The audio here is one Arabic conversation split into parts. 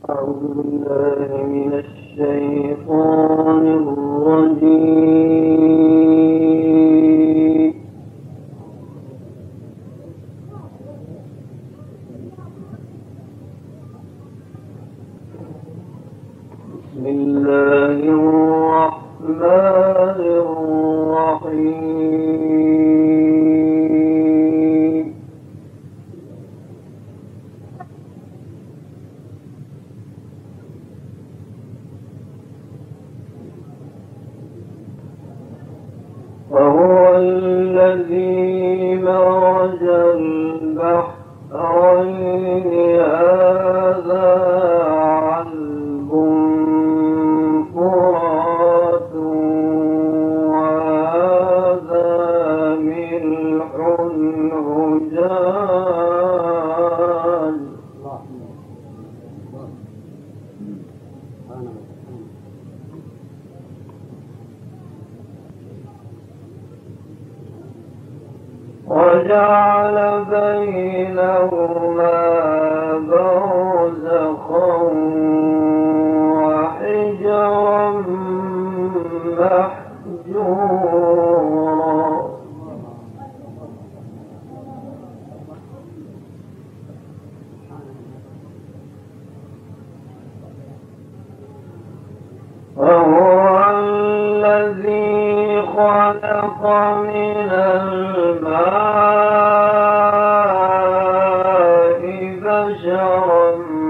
أعوذ بالله من الشيطان الرجيم. بسم الله الرحمن الرحيم. وهو الذي مرج البحرين هذا عذب فرات وهذا ملح أجاج وجعل بينهما برزخا وحجرا محجورا وهو الذي خلق من الماء بشرا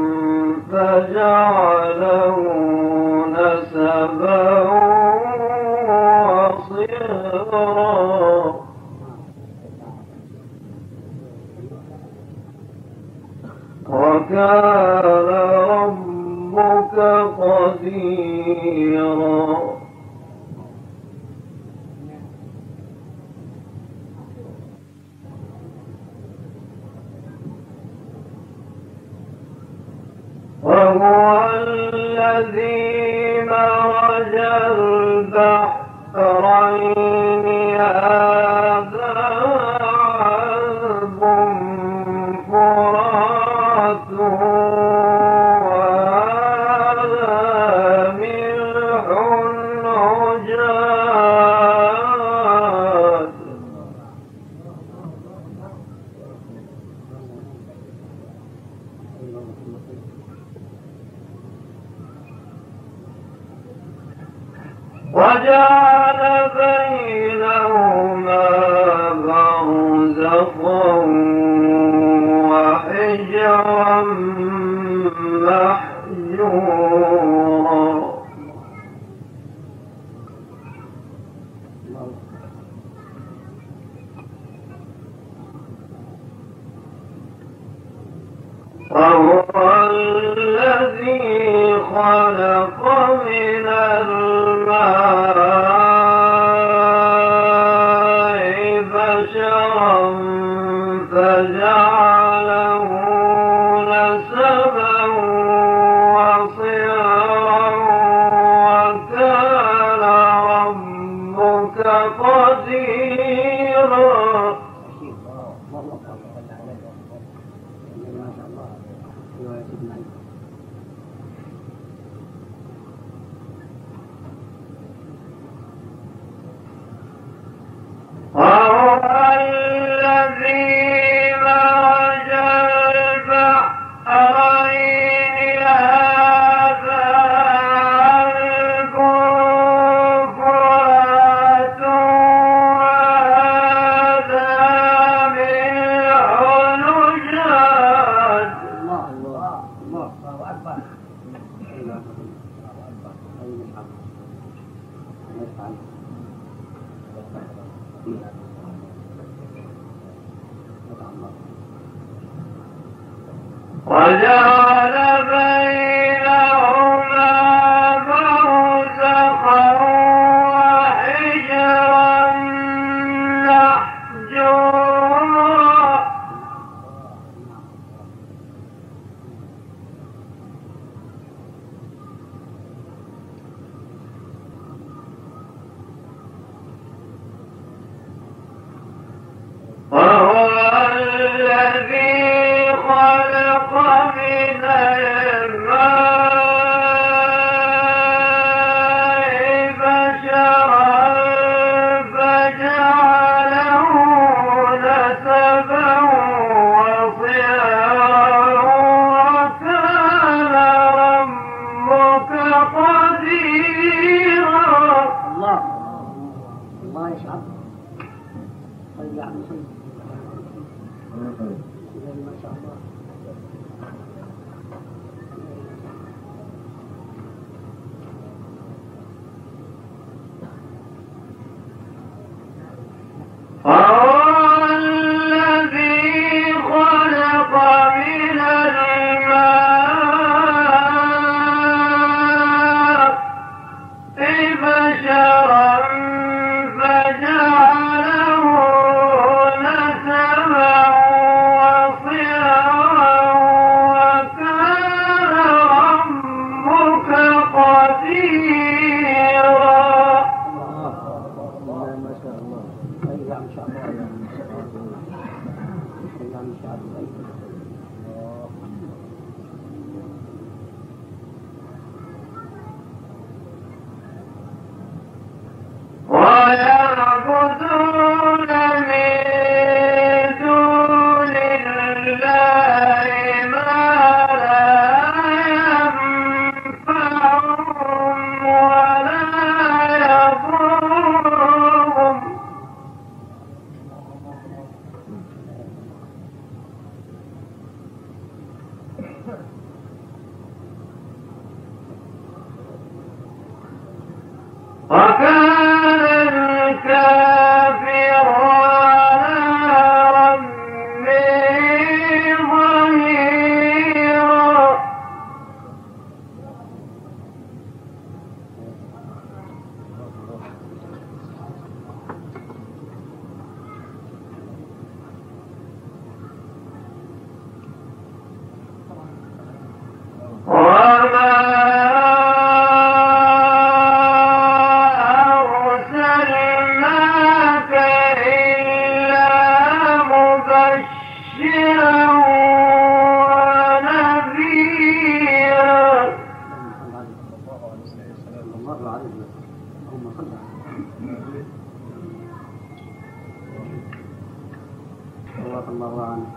فجعله نسبا وصهرا وكان ربك قديرا وهو الذي مرج البحرين هذا عذب فرات وهذا ملح أجاج وجعل بينهما برزخا وحجرا محجورا وهو الذي خلق من الماء بشرا فجعله نسبا وصهرا وكان ربك قديرا وهو الذي مرج البحرين هذا عذب فرات وهذا ملح أجاج وجعل بينهما برزخا وحجرا محجورا وهو الذي خلق من ويعبدون من دون الله ما لا ينفعهم ولا يضرهم وكان الكافر على ربه ظهيرا وما أرسلناك إلا مبشرا ونذيرا الله عنه.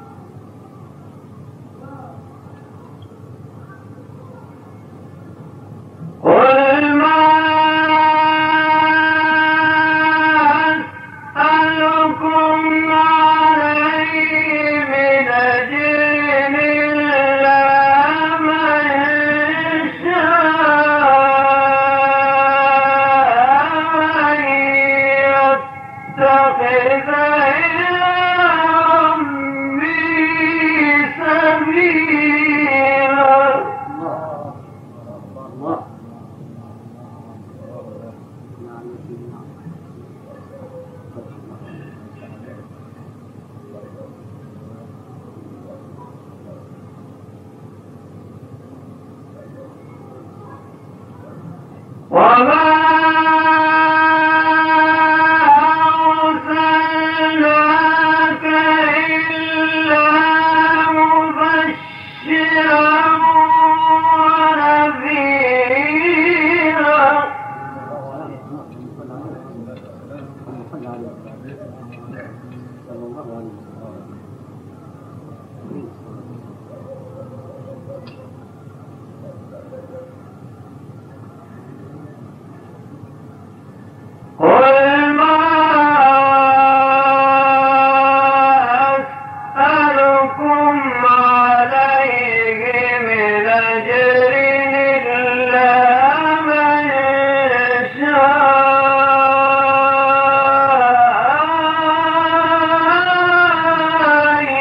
قل ما أسألكم عليه من أجر إلا من شاء أن يتخذ إلى ربه سبيلا وما أرسلناك إلا مبشرا ونذيرا قل ما أسألكم عليه من أجر إلا من شاء أن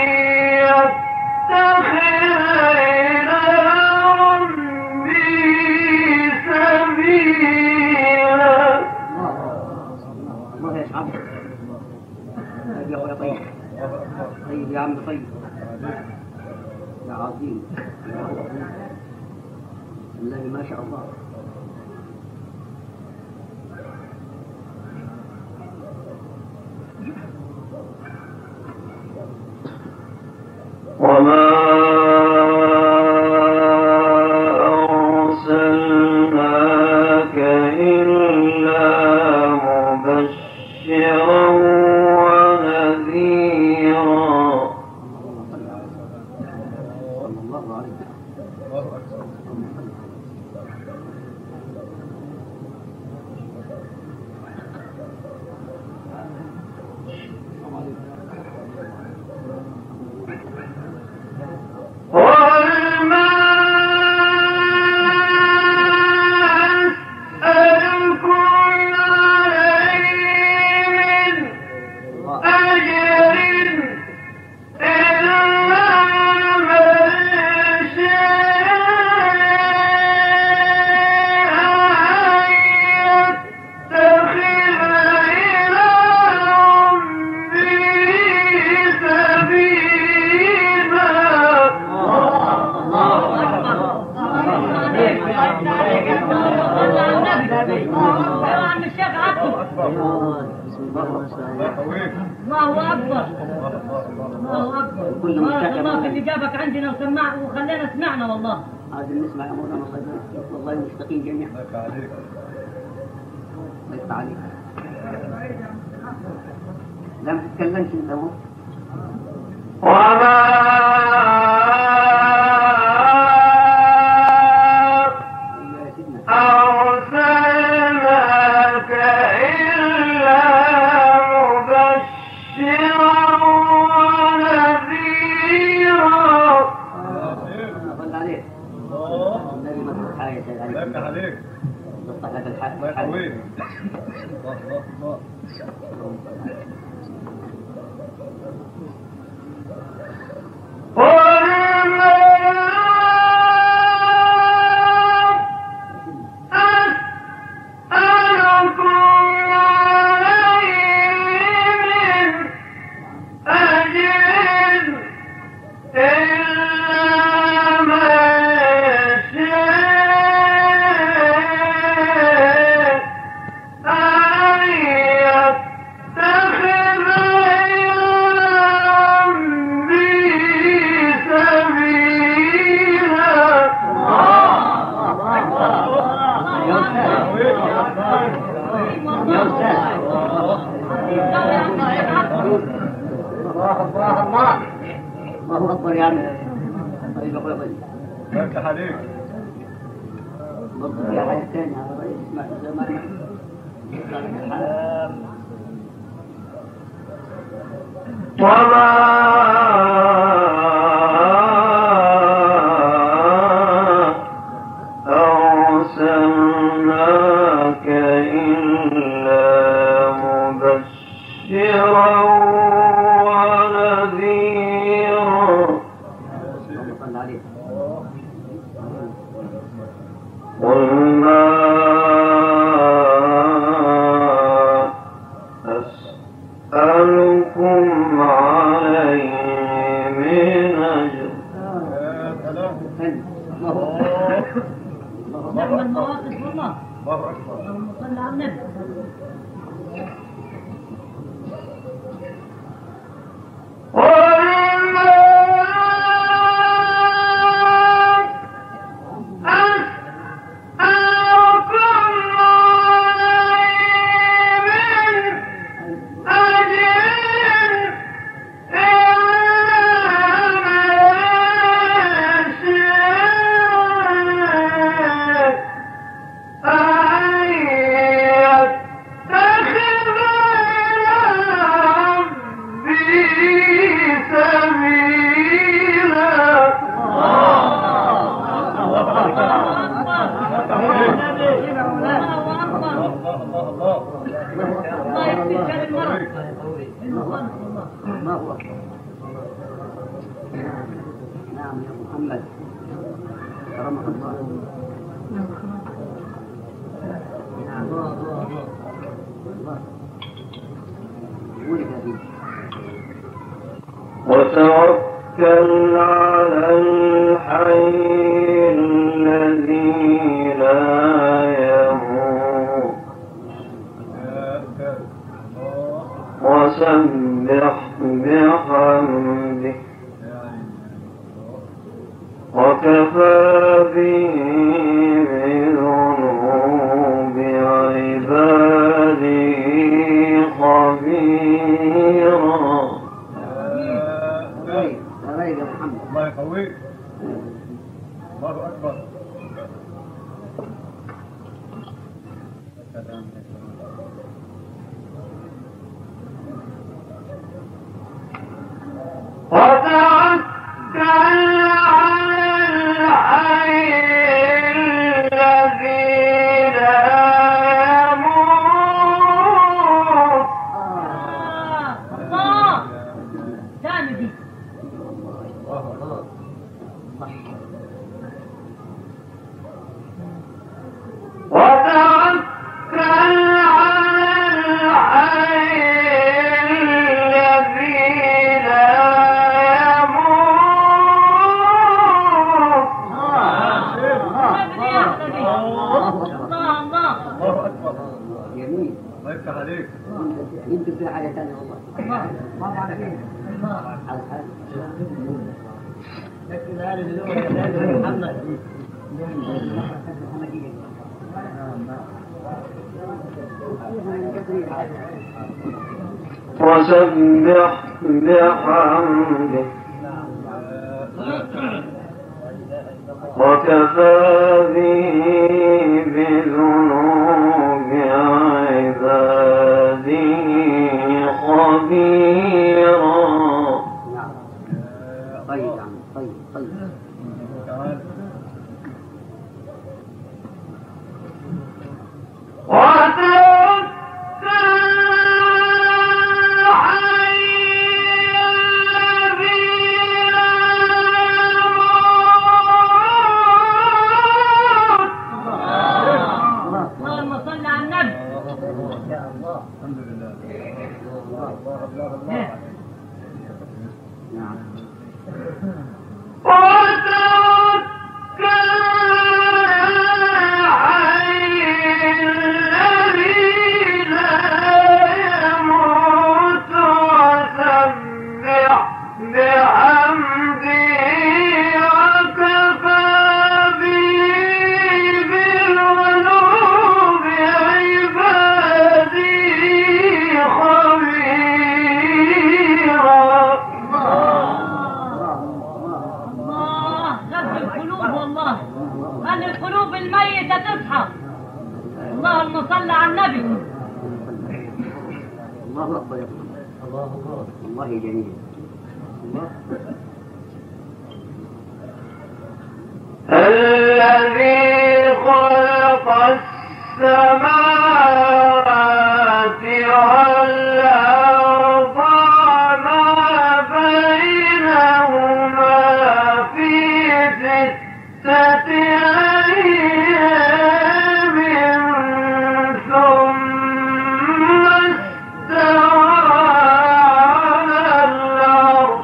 يتخذ إلى ربه سبيلا الله يسعدك. يا طيب طيب يا عم طيب يا عظيم يا عظيم الله ما شاء الله. وما أرسلناك إلا مبشرا ونذيرا صلى الله عليه وسلم. قل ما أسألكم عليه من أجر إلا من شاء أن يتخذ إلى ربه سبيلا الله أكبر الله أكبر بارك الله في اللي جابك عندنا وسمع وخلينا سمعنا والله. لازم نسمع يا مولانا والله مشتاقين جميعا. الله يفتح عليك. لا ما تتكلمش انت اهو. وما أرسلناك إلا مبشرا ونذيرا. صل عليك. النبي ما تتحايل عليك. نفتح لك الحال. الله أكبر يا عم. بارك عليك. برضه في حاجة ثانية على رأي اسمع زمان. وما أرسلناك إلا مبشرا ونذيرا. قل ما أسألكم عليه من أجر. نعم المواقف والله. الله أكبر. اللهم صل على النبي. نعم يا محمد كرمك الله. وتوكل على الحي الذي لا يموت وسبح بحمده وكفى به بذنوب عباده خبيرا. الله يقويك. الله أكبر. وتوكل على الحي الذي لا يموت. الله ثاني دي. وتوكل على الحي الذي لا يموت. الله أكبر. جميل. الله يفتح عليك. يمكن في حاجة ثانية والله. الله على كده. على الحال. لكن هذا اللي هو محمد. وسبح بحمده وكفى به بذنوب عباده خبيرا. طيب يا عم طيب. اللهم صل على النبي. الحمد لله. نعم. اللهم صل على النبي. الله أكبر يا محمد. والله جميل. الله. الذي خلق السماوات والأرض وما بينهما في 6 أيام ثم استوى على العرش.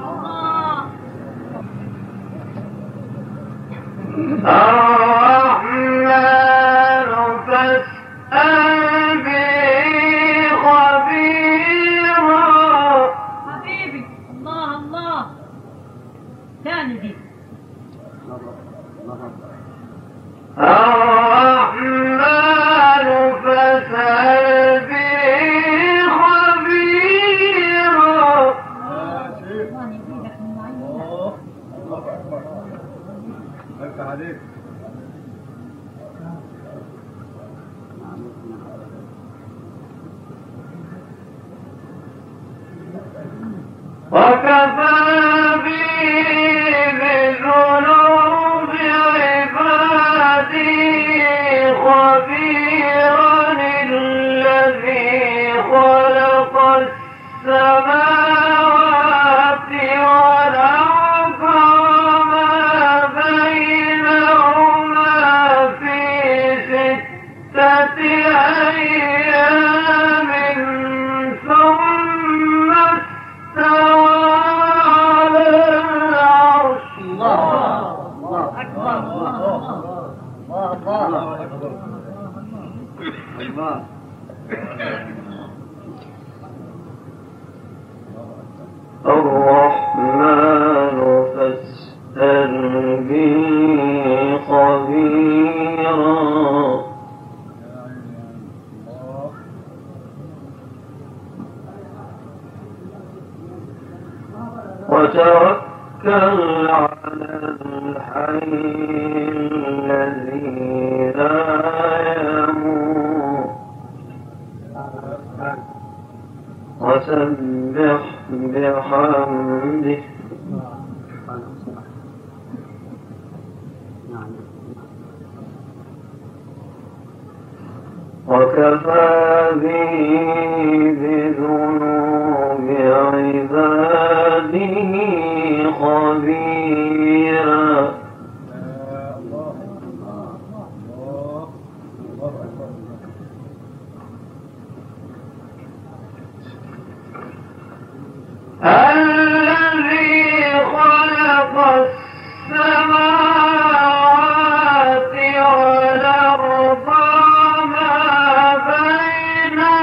الرحمن فاسأل به خبيرا. حبيبي الله ثاني دي. الرحمن فاسأل به خبيرا. الله يزيدك من العلم. الله أكبر. يفتح عليك. وكفى به بذنوب عباده خبيرا. الذي خلق السماوات والأرض وما بينهما في 6 أيام ثم استوى على العرش. الله أكبر. الله أكبر. الله. الرحمن فاسأل به خبيرا. وتوكل على الحي الذي لا يموت وسبح بحمده وكفى به بذنوب عباده خبيرا. الذي خلق السماوات والأرض وما بينهما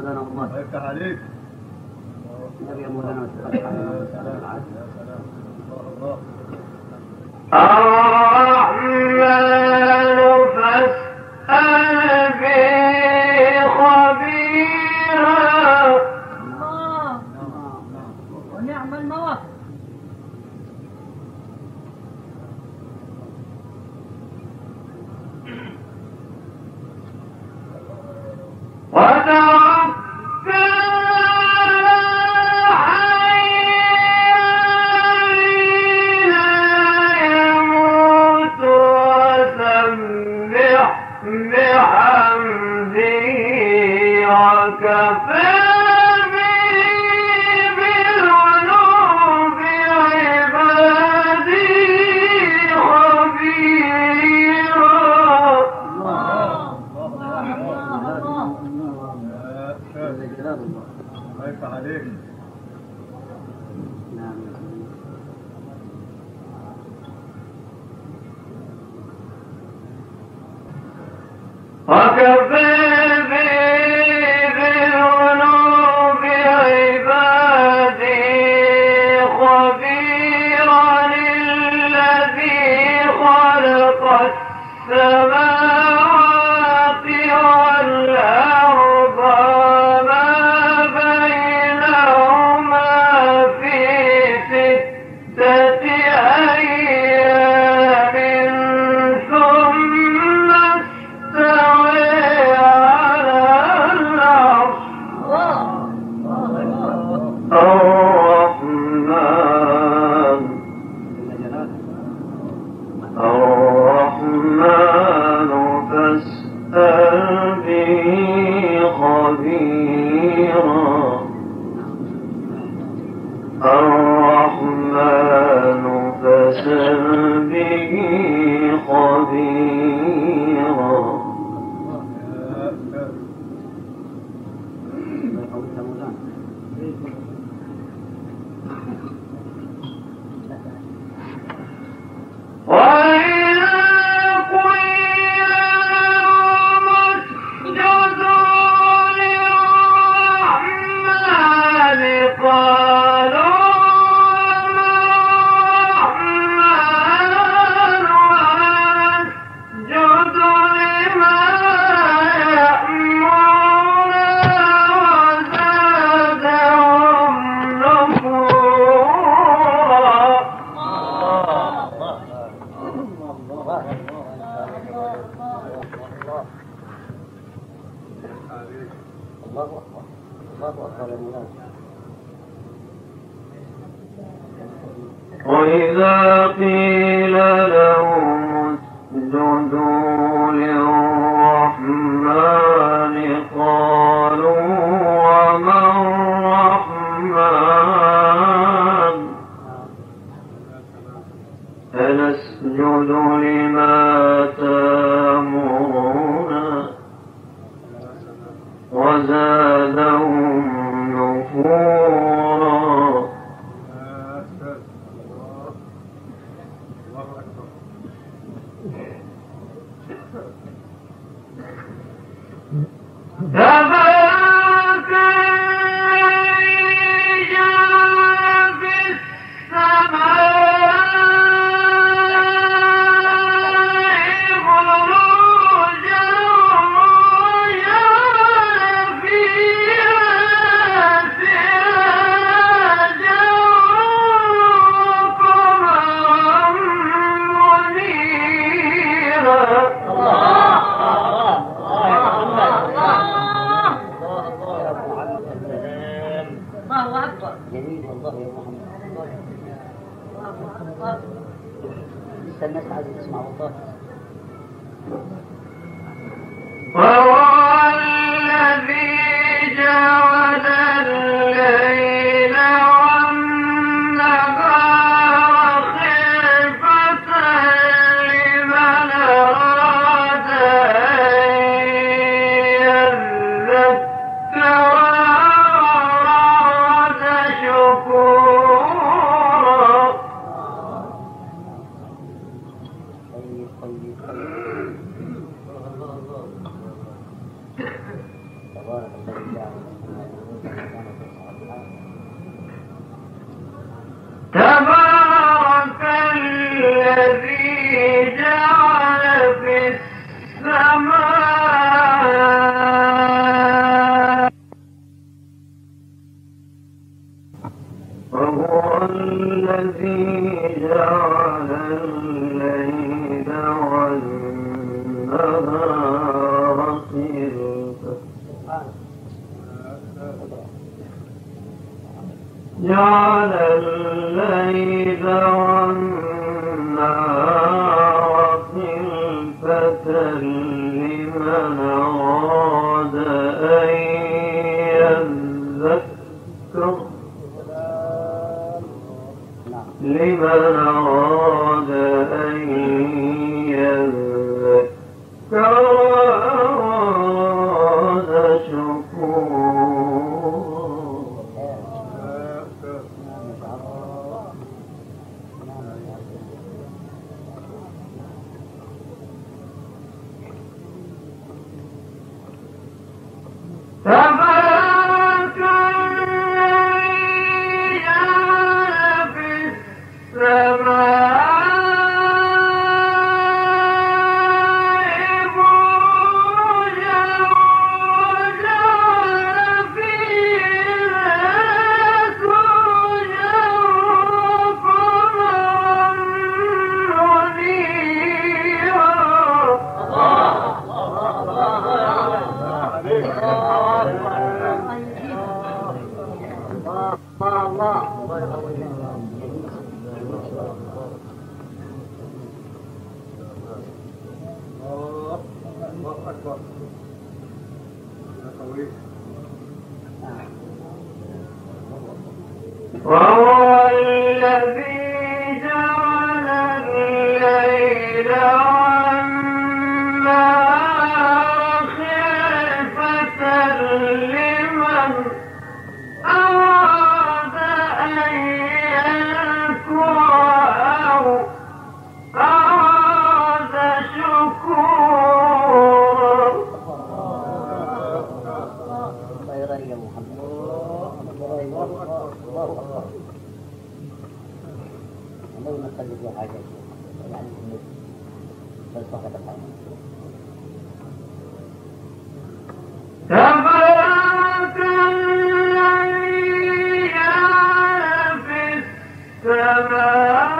مولانا والله. الله يفتح عليك. النبي يا مولانا وتفتح علينا. يا سلام يا سلام. الله الرحمن فاسأل به خبيرا. الله ونعم المواقف. الله يفتح عليك. وكفى بذنوب عبادي خبيرا الذي خلق السماوات والأرض ما بينهما في 6 أيام ثم استوى على العرش. الرحمن فاسأل به خبيرا. الرحمن فاسأل به خبيرا. وإذا قيل لهم اسجدوا للرحمن قالوا وما الرحمن ونسجد لما يأمرنا وزادهم نفورا. وإذا قيل لهم اسجدوا للرحمن قالوا وما الرحمن فنسجد لما تأمرنا وزادهم نفورا. تبارك الذي جعل في السماء بروجا وجعل فيها سراجا وقمرا منيرا. الله أكبر. جميل والله يا محمد. لسه الناس عايزة تسمع والله. وهو الذي جعل الليل والنهار خلفة لمن أراد أن يذكر أراد شكورا. طيب طيب طيب. وهو الذي جعل الليل والنهار خلفة جعل الليل والنهار خلفة لمن أراد أن يذكر أراد شكورا تبارك الذي جعل في السماء بروجا وجعل فيها سرجا وقمرا وهو الذي جعل الليل والنهار خلفة لمن أراد أن يذكر أو أراد شكورا اللهم صل في حاجة يعني بالصحة تبارك الذي جعل في السماء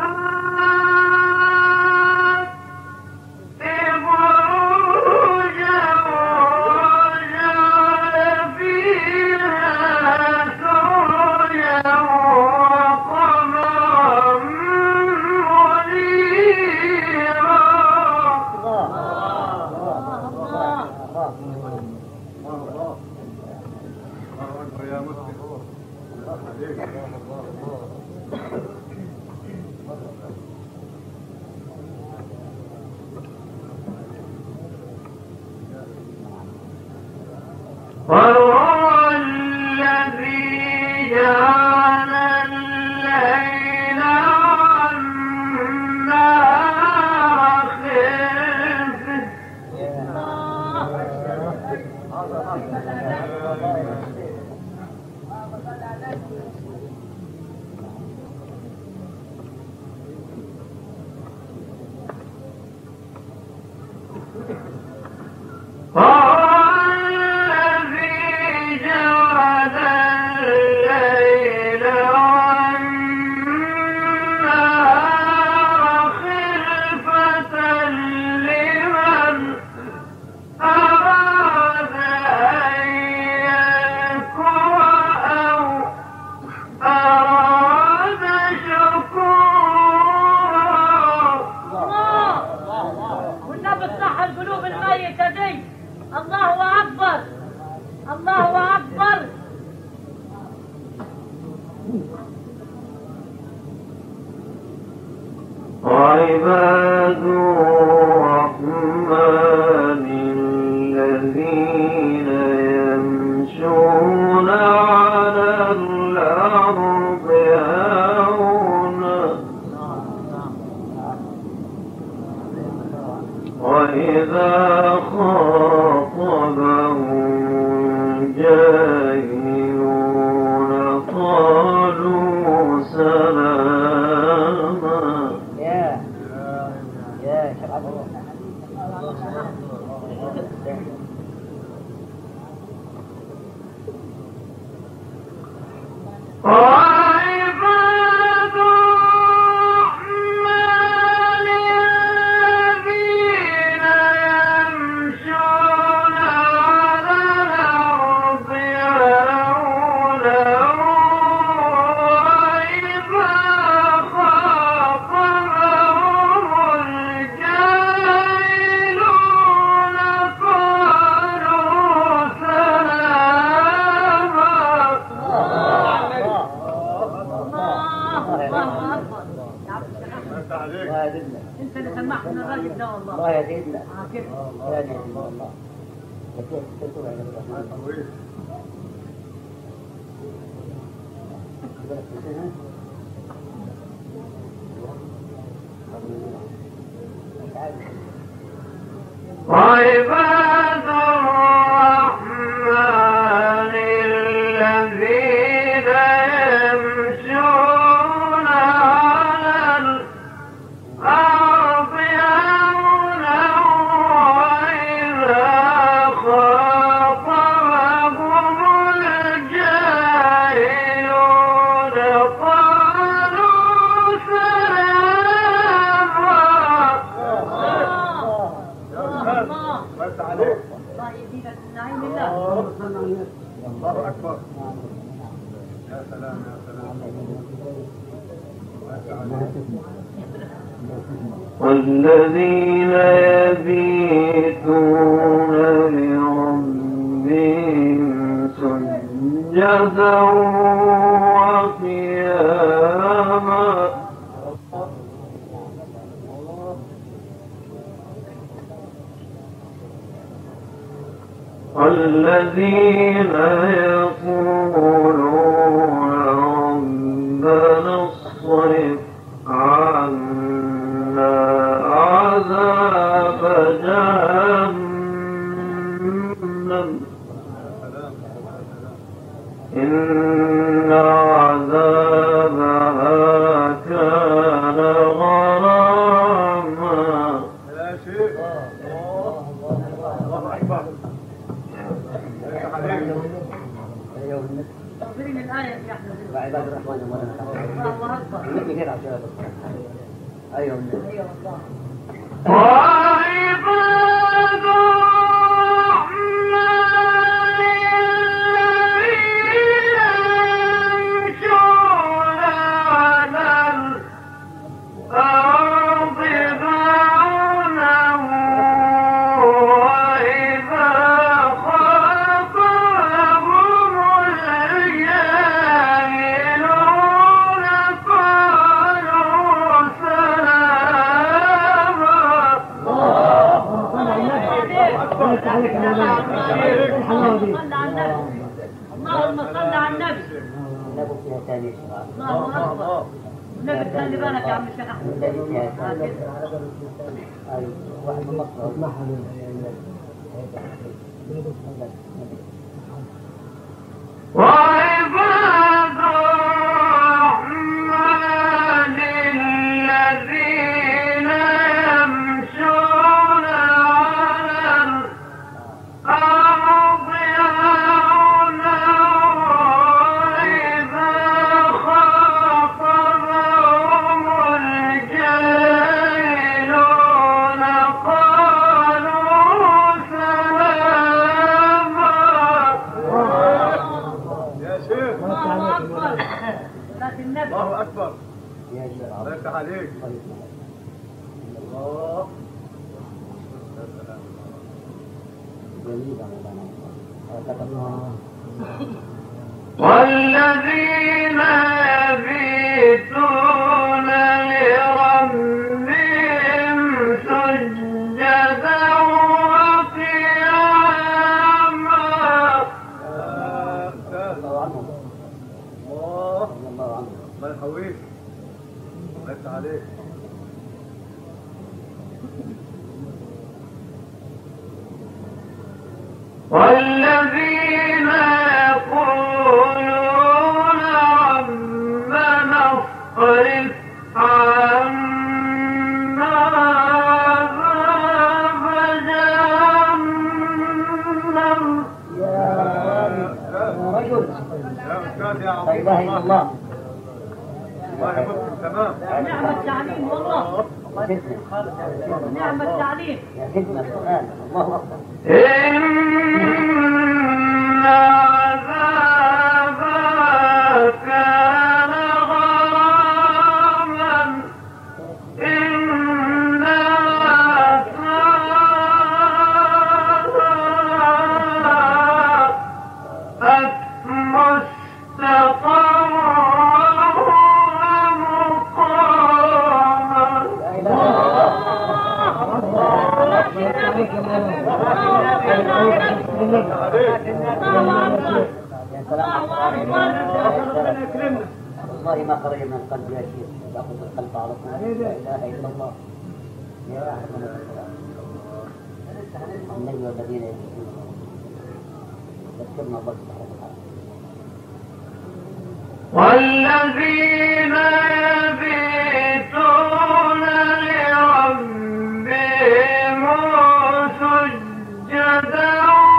بروجا وجعل فيها سرجا وقمرا منيرا يا مسلم وهو الذي جعل الليل والنهار خلفة وعباد الرحمن الذين يمشون على الأرض هونا وإذا خاطبهم جاهلون قالوا سلاما وعباد انت اللي سمعت من الراجل ده والله. الله يا سيدنا. كده. لا اله الا الله. وعباد الرحمن الذين يمشون على الأرض هونا وإذا خاطبهم الجاهلون قالوا سلاما. بس عليك. الله يزيدك من نعيم الله. الله أكبر. يا سلام يا سلام. والذين يبيتون لربهم سجدا وقياما. والذين يقولون ربنا اصرف عنا عذاب جهنم إن عذابها كان غراما. يا شيخ. الله أكبر. تقرين الآية يا أحمد. وعباد الرحمن الله أكبر. ايوه أيوه الله. وعباد الرحمن الذين يمشون على الأرض هونا وإذا خاطبهم الجاهلون قالوا سلاما. اللهم صل على النبي. نبو فيها ثاني الله أكبر. النبي خلي بالك يا عم الشيخ أحمد. ايوه واحد من مصر وعباد الرحمن الذين يمشون على الأرض هونا وإذا خاطبهم الجاهلون قالوا سلاما. يا شيخ. الله أكبر. صلاة النبي. الله أكبر. يا شيخ. الله يفتح عليك. الله. والذين يبيتون لربهم سجدا وقياما. الله عنهم. الله. الله عنهم. الله يحويك. الله يفتح عليك. والذين يقولون ربنا اصرف عنا عذاب جهنم. يا رجل. يا أستاذ يا لا عظيم اله الا الله. الله يمسك تمام. نعم التعليم والله. نعم التعليم. يا سيدنا القرآن. الله اكبر. إن عذابها كان غراما إنها ساءت مستقرا ومقاما. لا اله الا الله. ربنا يكرمنا. والله ما خرج من القلب يا شيخ، تاخذ القلب على طول. لا اله الا الله. يا رحمة الله. النبي والذين يؤمنون ذكرنا الله سبحانه وتعالى. والذين يبيتون لربهم سجدا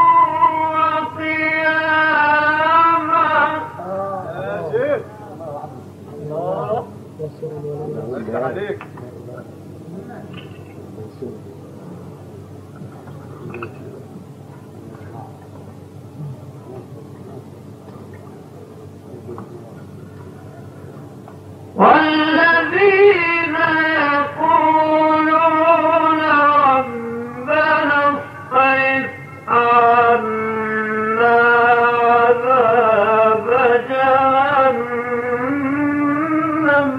وقياما. يا شيخ الله يفتح عليك. والذين يقولون ربنا اصرف عنا عذاب جهنم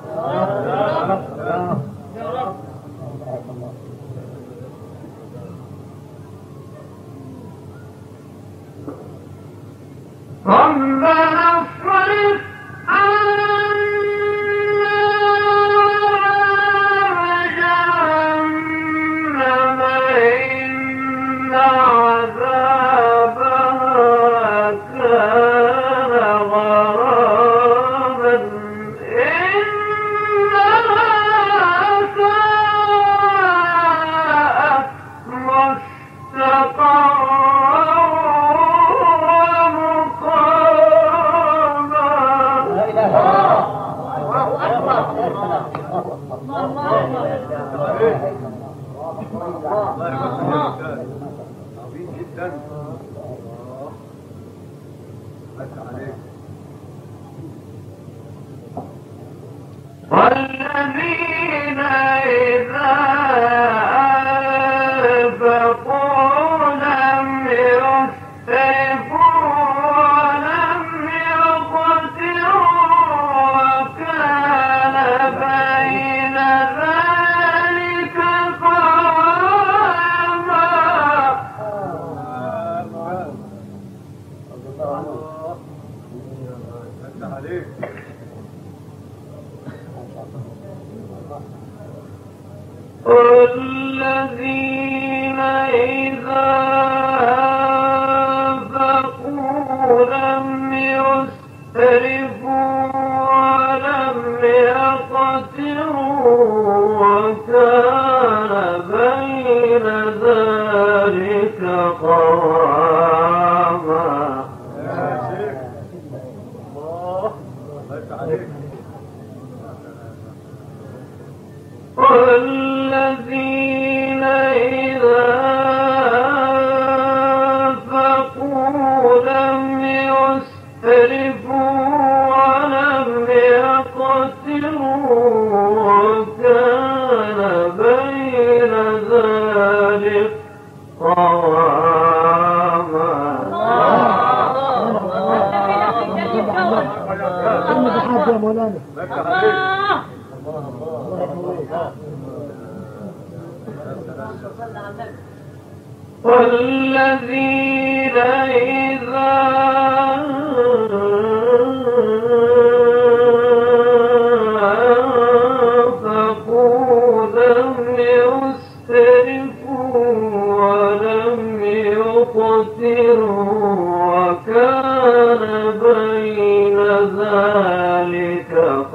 ربنا اصرف عظيم جدا. يفتح عليك. والذين إذا أنفقوا لم يسرفوا ولم يقتروا وكان بين ذلك قواما. يفتح عليك. والذين إذا أنفقوا لم يسرفوا ولم يقتروا وكان بين ذلك قواما. يا شيخ الله يفتح عليك. والذين إذا أنفقوا لم يسرفوا ولم يقتروا وكان بين ذلك قواما. يفتح عليك. والذين إذا أنفقوا لم يسرفوا ولم يقتروا وكان بين ذلك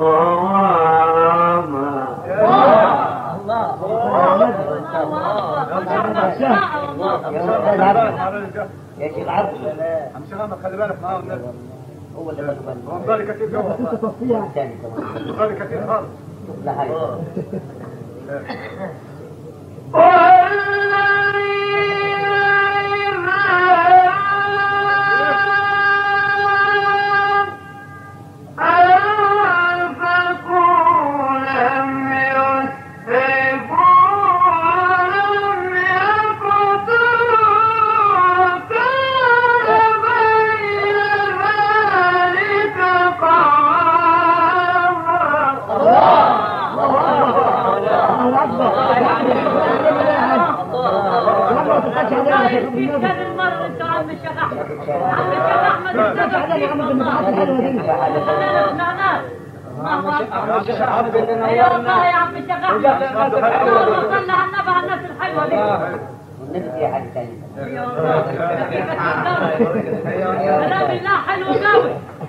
قواما. يا شيخ عبد عم شغال خلي بالك معاه النبي. هو اللي بقبل بالي كثير جوا. الثاني كمان بالي كثير خالص. لا حاجة. كان المرة انت عم الشيخ احمد يا الله يا عم الشيخ احمد اللهم صل على النبي على الناس الحلوه دي والنبي في حاجة ثانية. كلام الله حلو قوي.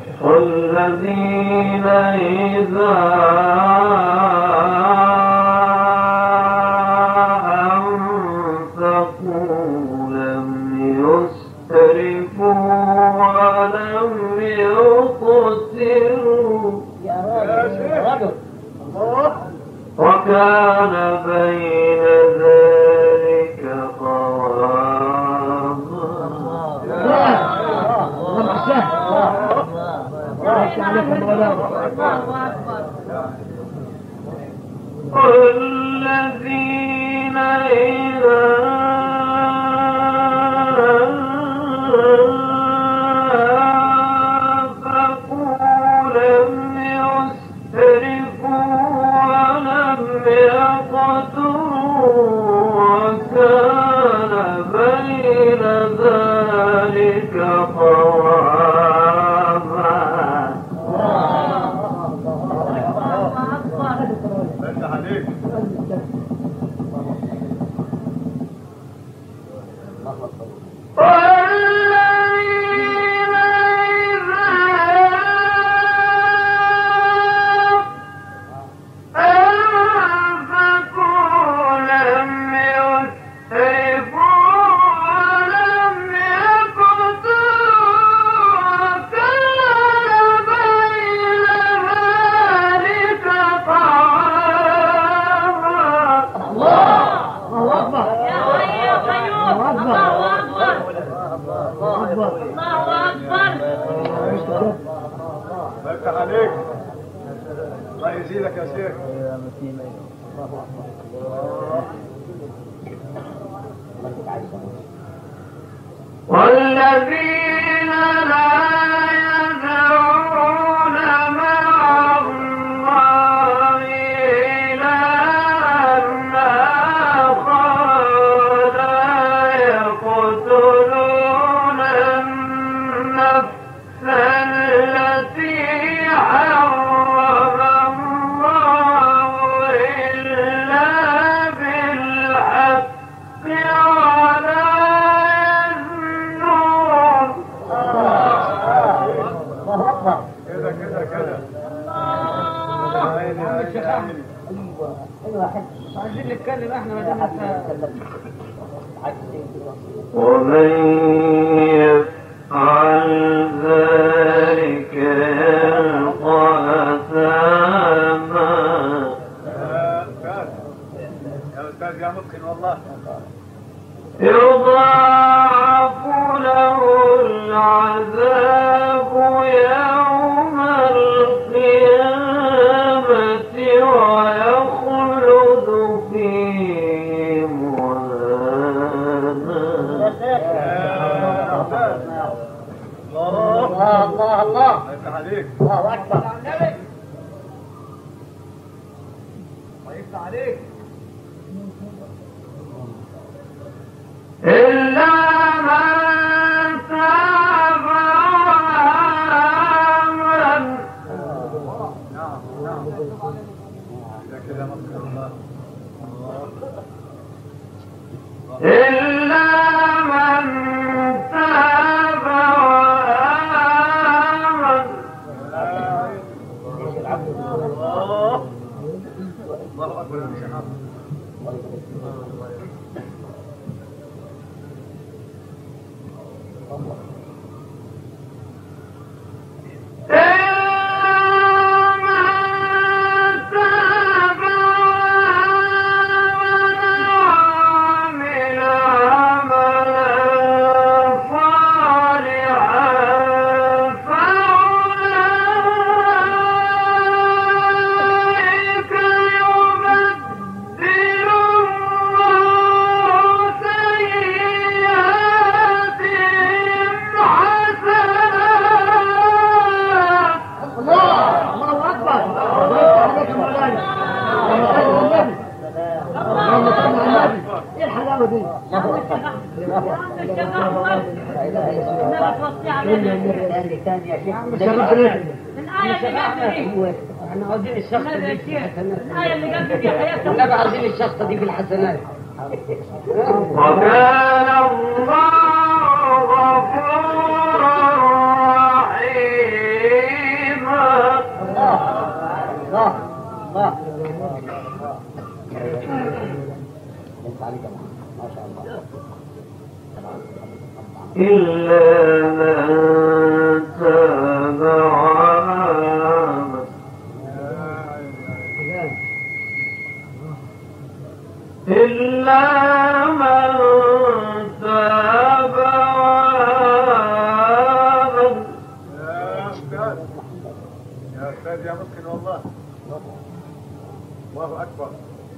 والذين إذا أنفقوا لم يسرفوا ولم يقتروا وكان بين ذلك قواما. والذين إذا أنفقوا لم يسرفوا ولم يقتروا وكان بين ذلك قواما. والذين إذا أنفقوا لم يسرفوا ولم يقتروا وكان بين ذلك قواما. يا حي يا قيوم. الله اكبر. الله اكبر. الله يفتح عليك. الله يزيدك يا شيخ. والذين لا يدعون مع الله إلها آخر لا يقتلون النفس التي حرم الله إلا بالحق ولا يزنون. كده كده كده. عايزين نتكلم احنا ما دام ومن يفعل ذلك يلقى أثاما. يا أستاذ يا متقن والله. يضاعف له العذاب يوم القيامة ويخلد فيه مهانا. الله الله الله الله يفتح عليك. الله اكبر. الله يفتح عليك. إلا من تاب وآمن. نعم نعم. كده كده متقن الله. إلا من تاب وآمن. الله أكبر يا شيخ. فأولئك يبدل الله يا شيخ الآية اللي قبل دي احنا عاوزين الشخص دي في الحسنات. الآية اللي قبل دي حياة والنبي عاوزين الشخص دي في الحسنات. وكان الله غفورا رحيما. الله الله ما شاء الله. إلا من تاب وآمن إلا من تاب وآمن. يا أستاذ يا أستاذ يا مسكين والله. الله أكبر.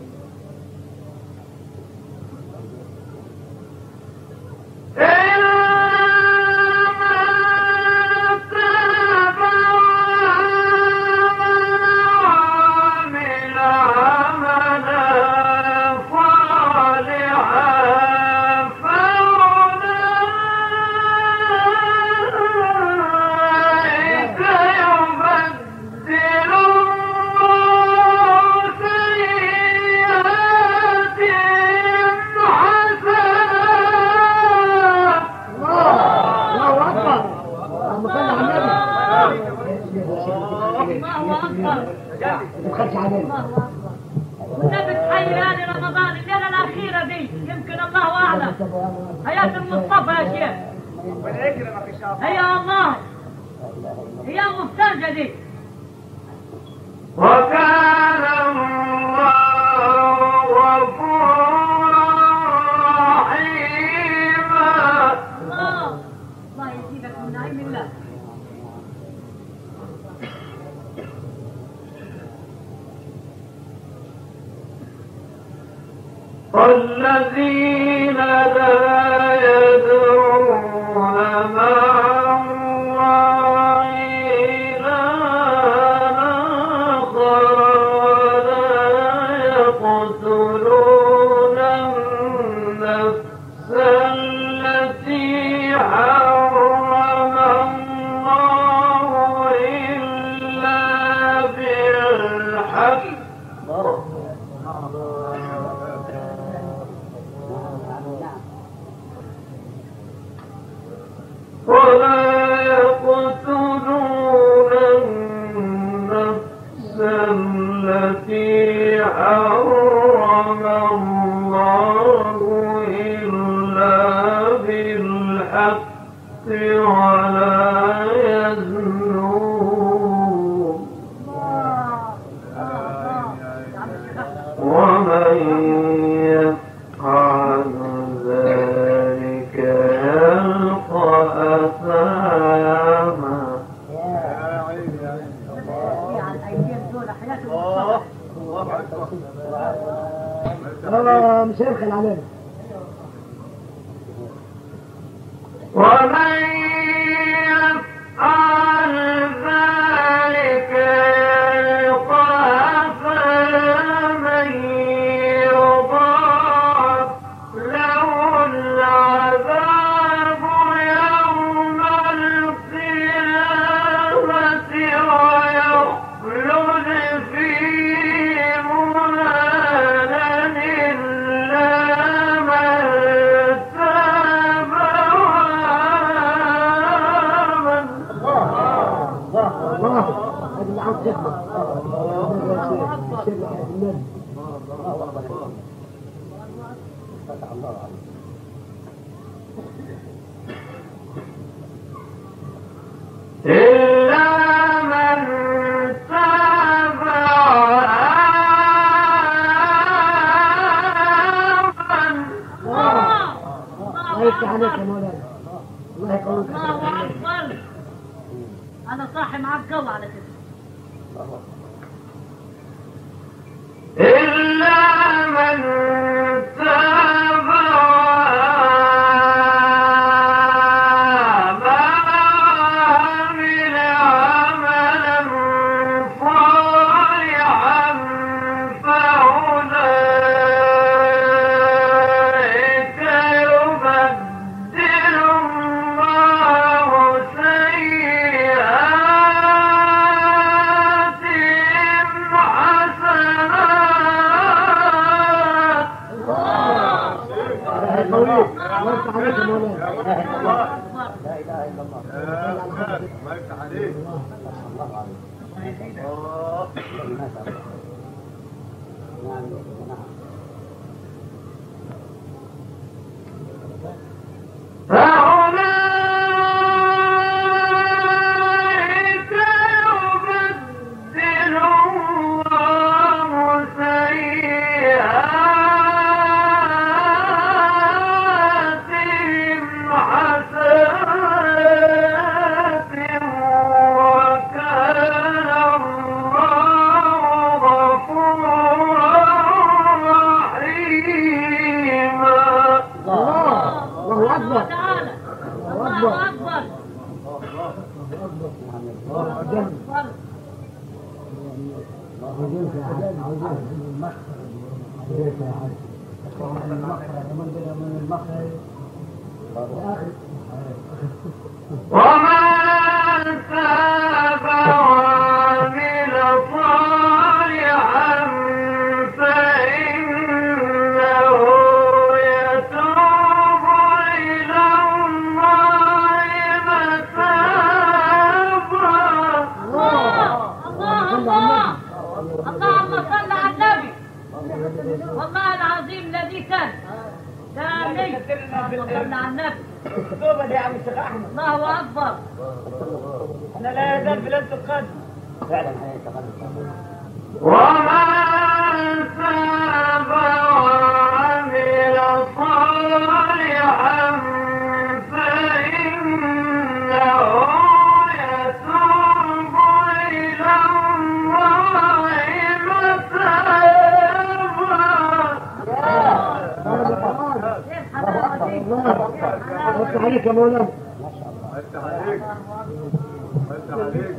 والنبي تحيراني رمضان الليلة الأخيرة دي يمكن الله أعلم. حياة المصطفى يا شيخ. هي الله هي مفترجة دي. وكان الله غفورا رحيما. الله يزيدك من نعيم الله. والذين لا يدعون مع الله إلها آخر ولا يقتلون النفس التي حرم الله إلا بالحق ولا يقتلون النفس التي حرم الله إلا بالحق ولا يزنون ومن يفعل ذلك يلقى أثاما. مش هيبخل علينا. ومن يفعل ذلك يلقى أثاما يضاعف له العذاب يوم القيامة ويخلد فيه مهانا إلا من تاب وآمن. إلا من تاب وآمن. الله يفتح عليك يا مولانا. الله يقويك. الله أكبر. أنا صاحي معك قوي على كده. إلا من تاب وآمن وعمل عملا صالحا فأولئك يبدل الله سيئاتهم فأولئك يبدل الله سيئاتهم حسنات وكان الله غفورا رحيما. الله أكبر تعالى. الله أكبر. ومن تاب وعمل صالحا فإنه يتوب إلى الله متابا. اللهم صل على النبي. والله العظيم الذي كان ثاني اللهم صل على النبي. يا عم الشيخ احمد الله اكبر. انا لا يزال بلاد القدر فعلا ومن تاب وعمل صالحا فإنه يتوب إلى الله متابا. عليك.